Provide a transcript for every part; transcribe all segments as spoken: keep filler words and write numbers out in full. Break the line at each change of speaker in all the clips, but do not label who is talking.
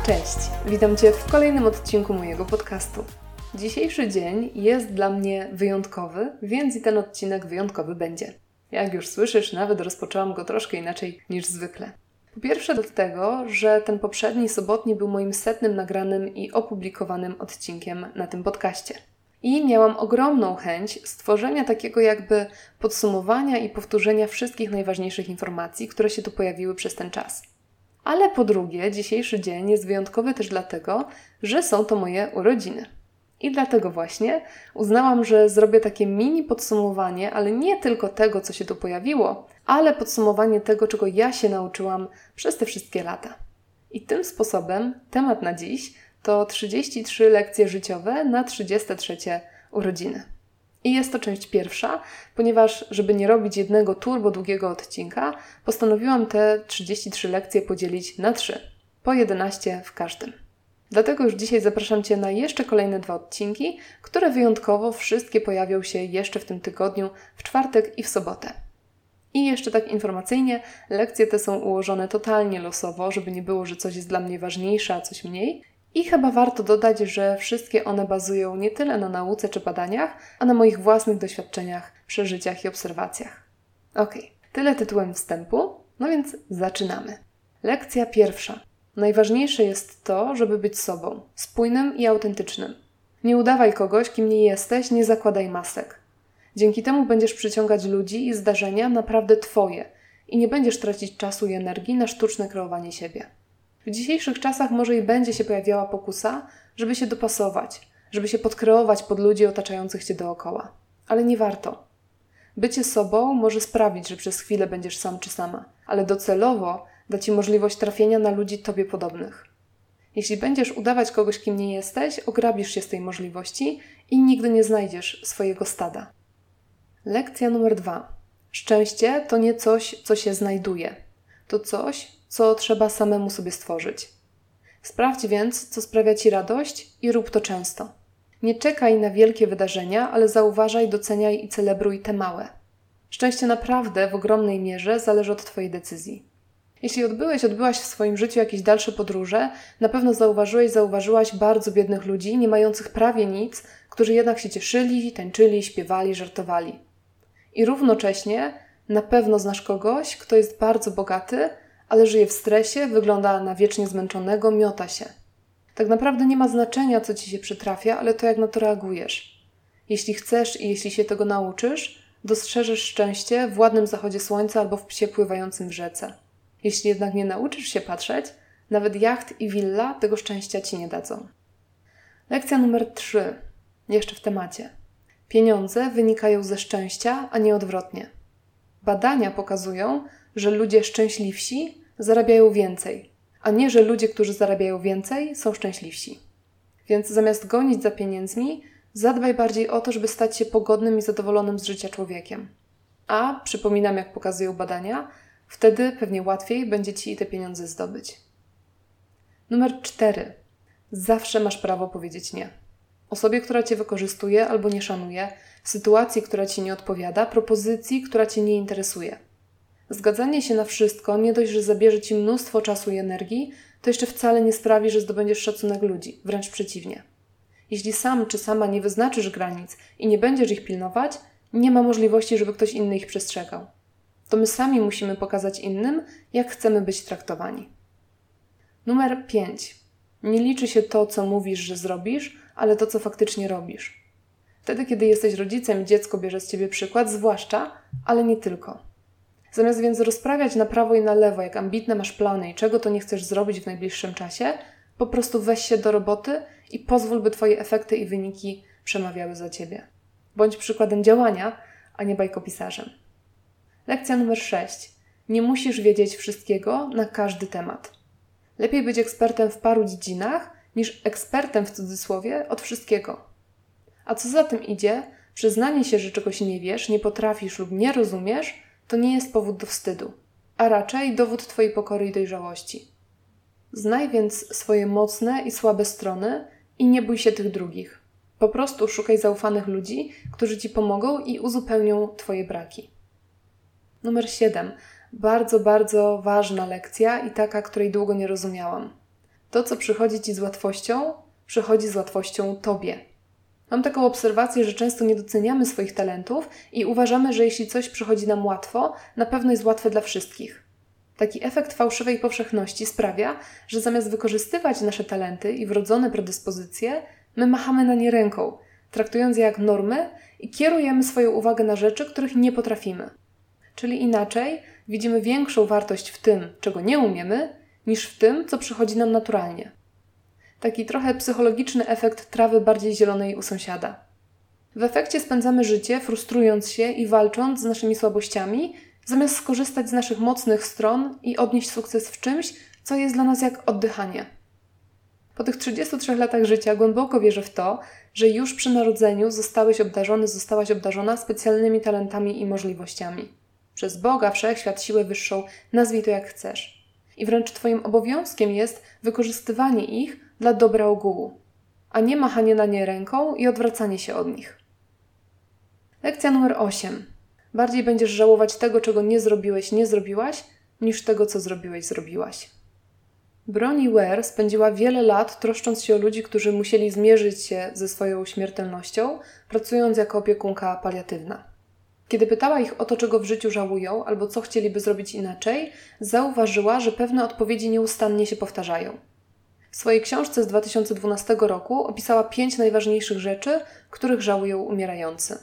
Cześć, witam Cię w kolejnym odcinku mojego podcastu. Dzisiejszy dzień jest dla mnie wyjątkowy, więc i ten odcinek wyjątkowy będzie. Jak już słyszysz, nawet rozpoczęłam go troszkę inaczej niż zwykle. Po pierwsze dlatego, że ten poprzedni sobotni był moim setnym nagranym i opublikowanym odcinkiem na tym podcaście. I miałam ogromną chęć stworzenia takiego jakby podsumowania i powtórzenia wszystkich najważniejszych informacji, które się tu pojawiły przez ten czas. Ale po drugie, dzisiejszy dzień jest wyjątkowy też dlatego, że są to moje urodziny. I dlatego właśnie uznałam, że zrobię takie mini podsumowanie, ale nie tylko tego, co się tu pojawiło, ale podsumowanie tego, czego ja się nauczyłam przez te wszystkie lata. I tym sposobem temat na dziś to trzydzieści trzy lekcje życiowe na trzydzieste trzecie urodziny. I jest to część pierwsza, ponieważ żeby nie robić jednego turbo długiego odcinka, postanowiłam te trzydzieści trzy lekcje podzielić na trzy, po jedenaście w każdym. Dlatego już dzisiaj zapraszam Cię na jeszcze kolejne dwa odcinki, które wyjątkowo wszystkie pojawią się jeszcze w tym tygodniu, w czwartek i w sobotę. I jeszcze tak informacyjnie, lekcje te są ułożone totalnie losowo, żeby nie było, że coś jest dla mnie ważniejsze, a coś mniej. I chyba warto dodać, że wszystkie one bazują nie tyle na nauce czy badaniach, a na moich własnych doświadczeniach, przeżyciach i obserwacjach. Okej, tyle tytułem wstępu, no więc zaczynamy. Lekcja pierwsza. Najważniejsze jest to, żeby być sobą, spójnym i autentycznym. Nie udawaj kogoś, kim nie jesteś, nie zakładaj masek. Dzięki temu będziesz przyciągać ludzi i zdarzenia naprawdę Twoje i nie będziesz tracić czasu i energii na sztuczne kreowanie siebie. W dzisiejszych czasach może i będzie się pojawiała pokusa, żeby się dopasować, żeby się podkreować pod ludzi otaczających Cię dookoła. Ale nie warto. Bycie sobą może sprawić, że przez chwilę będziesz sam czy sama, ale docelowo da Ci możliwość trafienia na ludzi Tobie podobnych. Jeśli będziesz udawać kogoś, kim nie jesteś, ograbisz się z tej możliwości i nigdy nie znajdziesz swojego stada. Lekcja numer dwa. Szczęście to nie coś, co się znajduje. To coś, co trzeba samemu sobie stworzyć. Sprawdź więc, co sprawia Ci radość i rób to często. Nie czekaj na wielkie wydarzenia, ale zauważaj, doceniaj i celebruj te małe. Szczęście naprawdę w ogromnej mierze zależy od Twojej decyzji. Jeśli odbyłeś, odbyłaś w swoim życiu jakieś dalsze podróże, na pewno zauważyłeś, zauważyłaś bardzo biednych ludzi, nie mających prawie nic, którzy jednak się cieszyli, tańczyli, śpiewali, żartowali. I równocześnie na pewno znasz kogoś, kto jest bardzo bogaty, ale żyje w stresie, wygląda na wiecznie zmęczonego, miota się. Tak naprawdę nie ma znaczenia, co Ci się przytrafia, ale to, jak na to reagujesz. Jeśli chcesz i jeśli się tego nauczysz, dostrzeżesz szczęście w ładnym zachodzie słońca albo w psie pływającym w rzece. Jeśli jednak nie nauczysz się patrzeć, nawet jacht i willa tego szczęścia Ci nie dadzą. Lekcja numer trzy. Jeszcze w temacie. Pieniądze wynikają ze szczęścia, a nie odwrotnie. Badania pokazują, że ludzie szczęśliwsi zarabiają więcej, a nie, że ludzie, którzy zarabiają więcej, są szczęśliwsi. Więc zamiast gonić za pieniędzmi, zadbaj bardziej o to, żeby stać się pogodnym i zadowolonym z życia człowiekiem. A, przypominam, jak pokazują badania, wtedy pewnie łatwiej będzie Ci te pieniądze zdobyć. Numer cztery. Zawsze masz prawo powiedzieć nie. Osobie, która Cię wykorzystuje albo nie szanuje, sytuacji, która Ci nie odpowiada, propozycji, która Cię nie interesuje. Zgadzanie się na wszystko nie dość, że zabierze Ci mnóstwo czasu i energii, to jeszcze wcale nie sprawi, że zdobędziesz szacunek ludzi, wręcz przeciwnie. Jeśli sam czy sama nie wyznaczysz granic i nie będziesz ich pilnować, nie ma możliwości, żeby ktoś inny ich przestrzegał. To my sami musimy pokazać innym, jak chcemy być traktowani. Numer pięć. Nie liczy się to, co mówisz, że zrobisz, ale to, co faktycznie robisz. Wtedy, kiedy jesteś rodzicem i dziecko bierze z Ciebie przykład, zwłaszcza, ale nie tylko. Zamiast więc rozprawiać na prawo i na lewo, jak ambitne masz plany i czego to nie chcesz zrobić w najbliższym czasie, po prostu weź się do roboty i pozwól, by Twoje efekty i wyniki przemawiały za Ciebie. Bądź przykładem działania, a nie bajkopisarzem. Lekcja numer sześć. Nie musisz wiedzieć wszystkiego na każdy temat. Lepiej być ekspertem w paru dziedzinach, niż ekspertem w cudzysłowie od wszystkiego. A co za tym idzie, przyznanie się, że czegoś nie wiesz, nie potrafisz lub nie rozumiesz, to nie jest powód do wstydu, a raczej dowód Twojej pokory i dojrzałości. Znaj więc swoje mocne i słabe strony i nie bój się tych drugich. Po prostu szukaj zaufanych ludzi, którzy Ci pomogą i uzupełnią Twoje braki. Numer siedem. Bardzo, bardzo ważna lekcja i taka, której długo nie rozumiałam. To, co przychodzi Ci z łatwością, przychodzi z łatwością Tobie. Mam taką obserwację, że często nie doceniamy swoich talentów i uważamy, że jeśli coś przychodzi nam łatwo, na pewno jest łatwe dla wszystkich. Taki efekt fałszywej powszechności sprawia, że zamiast wykorzystywać nasze talenty i wrodzone predyspozycje, my machamy na nie ręką, traktując je jak normy i kierujemy swoją uwagę na rzeczy, których nie potrafimy. Czyli inaczej, widzimy większą wartość w tym, czego nie umiemy, niż w tym, co przychodzi nam naturalnie. Taki trochę psychologiczny efekt trawy bardziej zielonej u sąsiada. W efekcie spędzamy życie frustrując się i walcząc z naszymi słabościami, zamiast skorzystać z naszych mocnych stron i odnieść sukces w czymś, co jest dla nas jak oddychanie. Po tych trzydziestu trzech latach życia głęboko wierzę w to, że już przy narodzeniu zostałeś obdarzony, zostałaś obdarzona specjalnymi talentami i możliwościami. Przez Boga, Wszechświat, siłę wyższą, nazwij to jak chcesz. I wręcz Twoim obowiązkiem jest wykorzystywanie ich dla dobra ogółu, a nie machanie na nie ręką i odwracanie się od nich. Lekcja numer osiem. Bardziej będziesz żałować tego, czego nie zrobiłeś, nie zrobiłaś, niż tego, co zrobiłeś, zrobiłaś. Bronnie Ware spędziła wiele lat troszcząc się o ludzi, którzy musieli zmierzyć się ze swoją śmiertelnością, pracując jako opiekunka paliatywna. Kiedy pytała ich o to, czego w życiu żałują albo co chcieliby zrobić inaczej, zauważyła, że pewne odpowiedzi nieustannie się powtarzają. W swojej książce z dwa tysiące dwunastego roku opisała pięć najważniejszych rzeczy, których żałują umierający.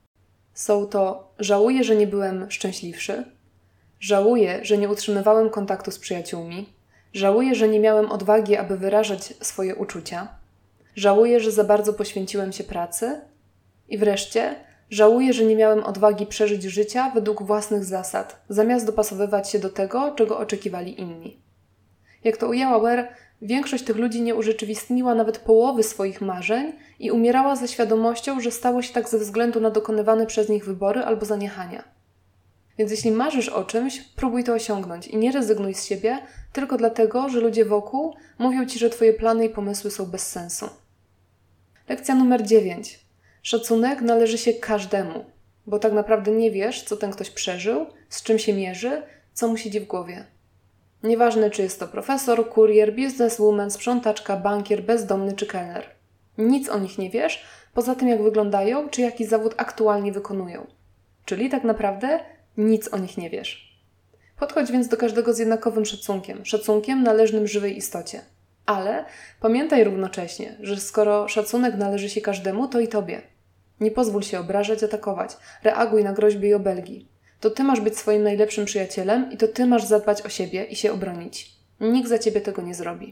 Są to: żałuję, że nie byłem szczęśliwszy, żałuję, że nie utrzymywałem kontaktu z przyjaciółmi, żałuję, że nie miałem odwagi, aby wyrażać swoje uczucia, żałuję, że za bardzo poświęciłem się pracy i wreszcie żałuję, że nie miałem odwagi przeżyć życia według własnych zasad, zamiast dopasowywać się do tego, czego oczekiwali inni. Jak to ujęła Ware, większość tych ludzi nie urzeczywistniła nawet połowy swoich marzeń i umierała ze świadomością, że stało się tak ze względu na dokonywane przez nich wybory albo zaniechania. Więc jeśli marzysz o czymś, próbuj to osiągnąć i nie rezygnuj z siebie tylko dlatego, że ludzie wokół mówią Ci, że Twoje plany i pomysły są bez sensu. Lekcja numer dziewięć. Szacunek należy się każdemu, bo tak naprawdę nie wiesz, co ten ktoś przeżył, z czym się mierzy, co mu siedzi w głowie. Nieważne, czy jest to profesor, kurier, bizneswoman, sprzątaczka, bankier, bezdomny czy kelner. Nic o nich nie wiesz, poza tym jak wyglądają, czy jaki zawód aktualnie wykonują. Czyli tak naprawdę nic o nich nie wiesz. Podchodź więc do każdego z jednakowym szacunkiem, szacunkiem należnym żywej istocie. Ale pamiętaj równocześnie, że skoro szacunek należy się każdemu, to i tobie. Nie pozwól się obrażać, atakować. Reaguj na groźby i obelgi. To ty masz być swoim najlepszym przyjacielem i to ty masz zadbać o siebie i się obronić. Nikt za ciebie tego nie zrobi.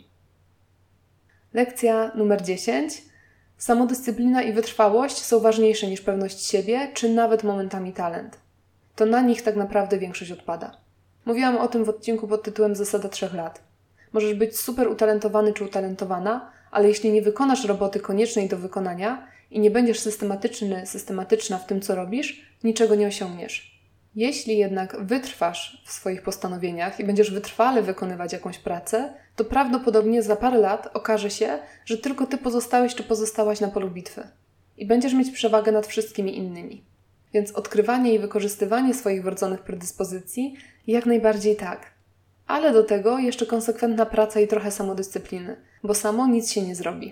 Lekcja numer dziesięć. Samodyscyplina i wytrwałość są ważniejsze niż pewność siebie, czy nawet momentami talent. To na nich tak naprawdę większość odpada. Mówiłam o tym w odcinku pod tytułem Zasada trzech lat. Możesz być super utalentowany czy utalentowana, ale jeśli nie wykonasz roboty koniecznej do wykonania i nie będziesz systematyczny, systematyczna w tym, co robisz, niczego nie osiągniesz. Jeśli jednak wytrwasz w swoich postanowieniach i będziesz wytrwale wykonywać jakąś pracę, to prawdopodobnie za parę lat okaże się, że tylko ty pozostałeś czy pozostałaś na polu bitwy i będziesz mieć przewagę nad wszystkimi innymi. Więc odkrywanie i wykorzystywanie swoich wrodzonych predyspozycji jak najbardziej tak. Ale do tego jeszcze konsekwentna praca i trochę samodyscypliny, bo samo nic się nie zrobi.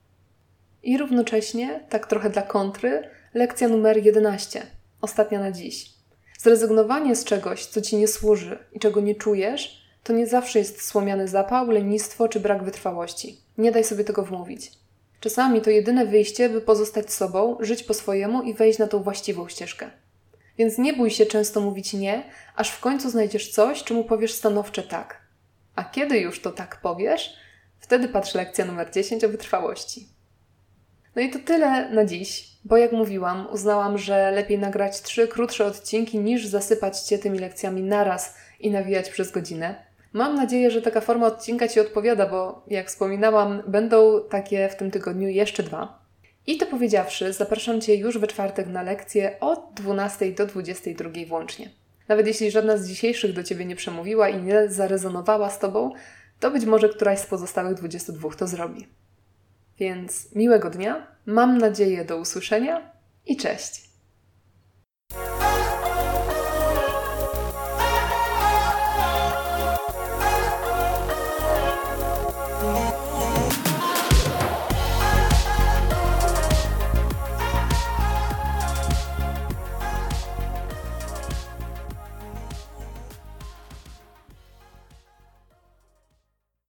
I równocześnie, tak trochę dla kontry, lekcja numer jedenaście, ostatnia na dziś. Zrezygnowanie z czegoś, co ci nie służy i czego nie czujesz, to nie zawsze jest słomiany zapał, lenistwo czy brak wytrwałości. Nie daj sobie tego wmówić. Czasami to jedyne wyjście, by pozostać sobą, żyć po swojemu i wejść na tą właściwą ścieżkę. Więc nie bój się często mówić nie, aż w końcu znajdziesz coś, czemu powiesz stanowcze tak. A kiedy już to tak powiesz, wtedy patrz lekcja numer dziesięć o wytrwałości. No i to tyle na dziś, bo jak mówiłam, uznałam, że lepiej nagrać trzy krótsze odcinki niż zasypać Cię tymi lekcjami naraz i nawijać przez godzinę. Mam nadzieję, że taka forma odcinka Ci odpowiada, bo jak wspominałam, będą takie w tym tygodniu jeszcze dwa. I to powiedziawszy, zapraszam Cię już we czwartek na lekcję od dwunastej do dwudziestej drugiej włącznie. Nawet jeśli żadna z dzisiejszych do Ciebie nie przemówiła i nie zarezonowała z Tobą, to być może któraś z pozostałych dwudziestu dwóch to zrobi. Więc miłego dnia, mam nadzieję do usłyszenia i cześć!